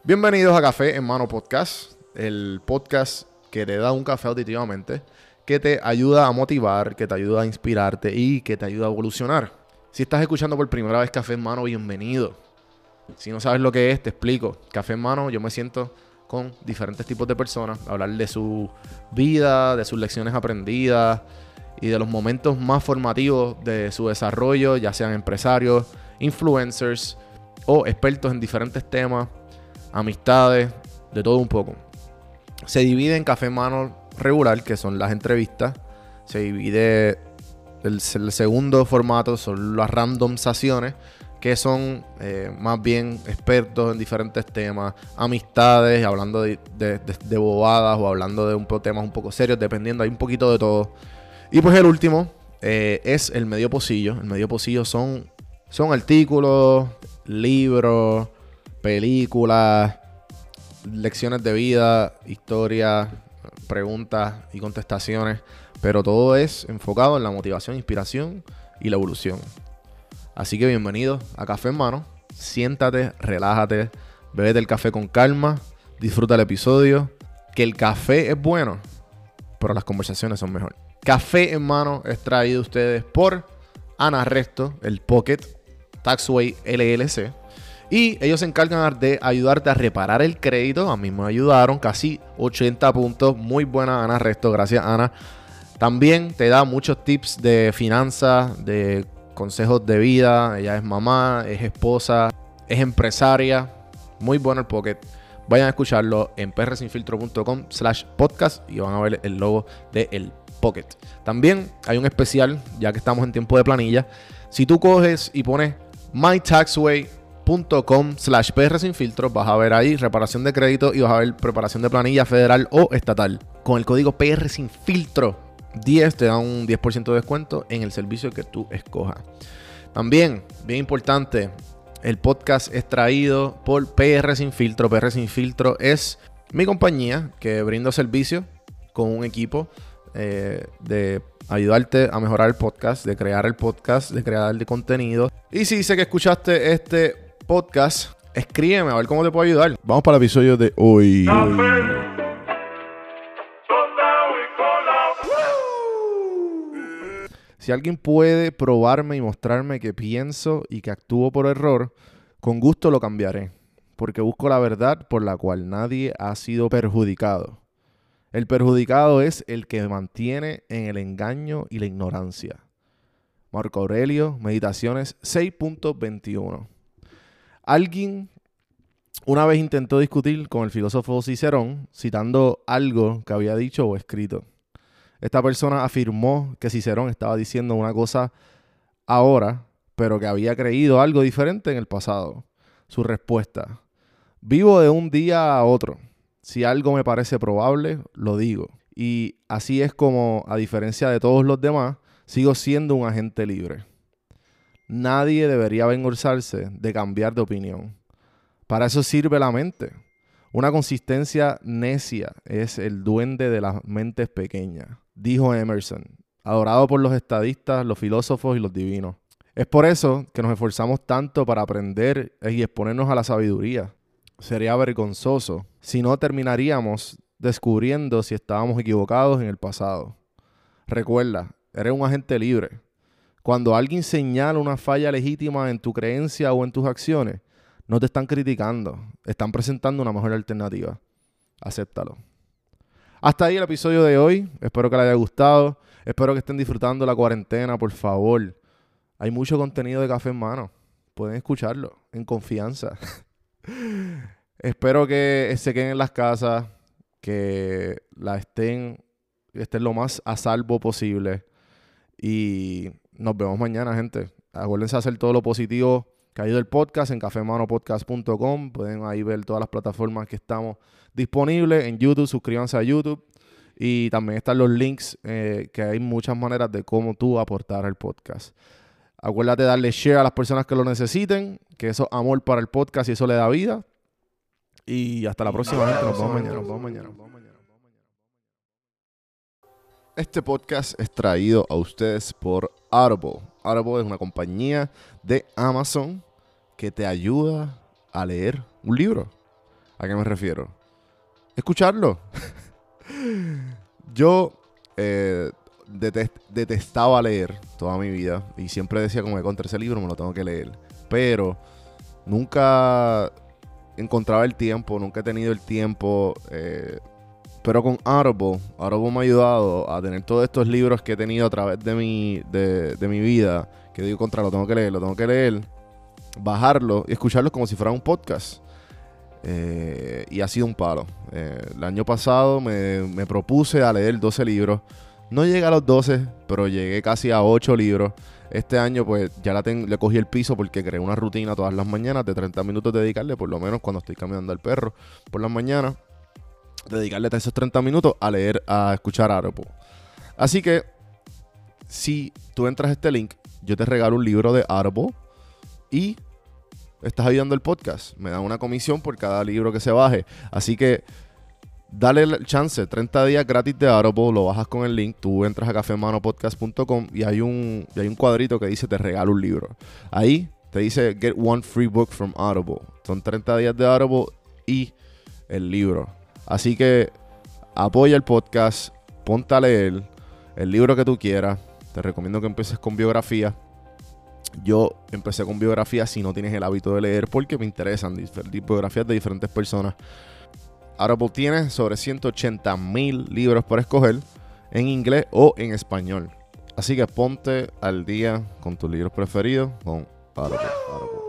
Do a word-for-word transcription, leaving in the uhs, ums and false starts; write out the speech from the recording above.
Bienvenidos a Café en Mano Podcast, el podcast que te da un café auditivamente, que te ayuda a motivar, que te ayuda a inspirarte y que te ayuda a evolucionar. Si estás escuchando por primera vez Café en Mano, bienvenido. Si no sabes lo que es, te explico. Café en Mano, yo me siento con diferentes tipos de personas, a hablar de su vida, de sus lecciones aprendidas y de los momentos más formativos de su desarrollo, ya sean empresarios, influencers o expertos en diferentes temas, amistades, de todo un poco. Se divide en Café en Mano regular, que son las entrevistas. Se divide el, el segundo formato, son las randomizaciones, que son eh, más bien expertos en diferentes temas, amistades, hablando de, de, de, de bobadas o hablando de un, temas un poco serios, dependiendo, hay un poquito de todo. Y pues el último eh, es el medio pocillo. El medio pocillo son, son artículos, libros, películas, lecciones de vida, historias, preguntas y contestaciones, pero todo es enfocado en la motivación, inspiración y la evolución. Así que bienvenido a Café en Mano. Siéntate, relájate, bébete el café con calma, disfruta el episodio, que el café es bueno, pero las conversaciones son mejor. Café en Mano es traído a ustedes por Anaresto, el Pocket Taxway L L C. Y ellos se encargan de ayudarte a reparar el crédito. A mí me ayudaron, casi ochenta puntos. Muy buena Anaresto, gracias Ana. También te da muchos tips de finanzas, de consejos de vida. Ella es mamá, es esposa, es empresaria. Muy bueno el Pocket. Vayan a escucharlo en prsinfiltro.com slash podcast y van a ver el logo del Pocket. También hay un especial, ya que estamos en tiempo de planilla. Si tú coges y pones mytaxway punto com slash prsinfiltro, vas a ver ahí reparación de crédito y vas a ver preparación de planilla federal o estatal. Con el código prsinfiltro diez te dan un diez por ciento de descuento en el servicio que tú escojas. También, bien importante, el podcast es traído por P R Sin Filtro. P R Sin Filtro es mi compañía que brinda servicio con un equipo eh, de ayudarte a mejorar el podcast, de crear el podcast, de crear el contenido. Y si sé que escuchaste este podcast, escríbeme a ver cómo te puedo ayudar. Vamos para el episodio de hoy. Si alguien puede probarme y mostrarme que pienso y que actúo por error, con gusto lo cambiaré, porque busco la verdad por la cual nadie ha sido perjudicado. El perjudicado es el que mantiene en el engaño y la ignorancia. Marco Aurelio, Meditaciones seis punto veintiuno. Alguien una vez intentó discutir con el filósofo Cicerón citando algo que había dicho o escrito. Esta persona afirmó que Cicerón estaba diciendo una cosa ahora, pero que había creído algo diferente en el pasado. Su respuesta: vivo de un día a otro. Si algo me parece probable, lo digo. Y así es como, a diferencia de todos los demás, sigo siendo un agente libre. Nadie debería avergonzarse de cambiar de opinión. Para eso sirve la mente. Una consistencia necia es el duende de las mentes pequeñas, dijo Emerson, adorado por los estadistas, los filósofos y los divinos. Es por eso que nos esforzamos tanto para aprender y exponernos a la sabiduría. Sería vergonzoso si no terminaríamos descubriendo si estábamos equivocados en el pasado. Recuerda, eres un agente libre. Cuando alguien señala una falla legítima en tu creencia o en tus acciones, no te están criticando, están presentando una mejor alternativa. Acéptalo. Hasta ahí el episodio de hoy. Espero que les haya gustado. Espero que estén disfrutando la cuarentena, por favor. Hay mucho contenido de Café en Mano. Pueden escucharlo en confianza. Espero que se queden en las casas, que la estén, estén lo más a salvo posible. Y nos vemos mañana, gente. Acuérdense de hacer todo lo positivo que hay del podcast en café mano podcast punto com. Pueden ahí ver todas las plataformas que estamos disponibles. En YouTube, suscríbanse a YouTube. Y también están los links, eh, que hay muchas maneras de cómo tú aportar al podcast. Acuérdate de darle share a las personas que lo necesiten, que eso es amor para el podcast y eso le da vida. Y hasta la próxima, gente. Nos vemos mañana. Nos vemos mañana. Este podcast es traído a ustedes por Audible. Audible es una compañía de Amazon que te ayuda a leer un libro. ¿A qué me refiero? Escucharlo. Yo eh, detest, detestaba leer toda mi vida y siempre decía como que contra ese libro me lo tengo que leer. Pero nunca encontraba el tiempo, nunca he tenido el tiempo. Eh, pero con Audible, Audible me ha ayudado a tener todos estos libros que he tenido a través de mi, de, de mi vida, que digo contra, lo tengo que leer, lo tengo que leer, bajarlo y escucharlo como si fuera un podcast. Eh, y ha sido un palo. Eh, el año pasado me, me propuse a leer doce libros. No llegué a los doce, pero llegué casi a ocho libros. Este año pues ya la ten, le cogí el piso porque creé una rutina todas las mañanas de treinta minutos de dedicarle, por lo menos cuando estoy caminando al perro por las mañanas, dedicarle esos treinta minutos a leer, a escuchar Audible. Así que si tú entras a este link, yo te regalo un libro de Audible y estás ayudando el podcast. Me dan una comisión por cada libro que se baje. Así que dale el chance, treinta días gratis de Audible, lo bajas con el link, tú entras a café mano podcast punto com y hay un y hay un cuadrito que dice te regalo un libro. Ahí te dice get one free book from Audible. Son treinta días de Audible y el libro. Así que apoya el podcast, ponte a leer el libro que tú quieras. Te recomiendo que empieces con biografía. Yo empecé con biografías si no tienes el hábito de leer porque me interesan biografías de diferentes personas. Audible tiene sobre ciento ochenta mil libros por escoger en inglés o en español. Así que ponte al día con tus libros preferidos con Audible. Audible.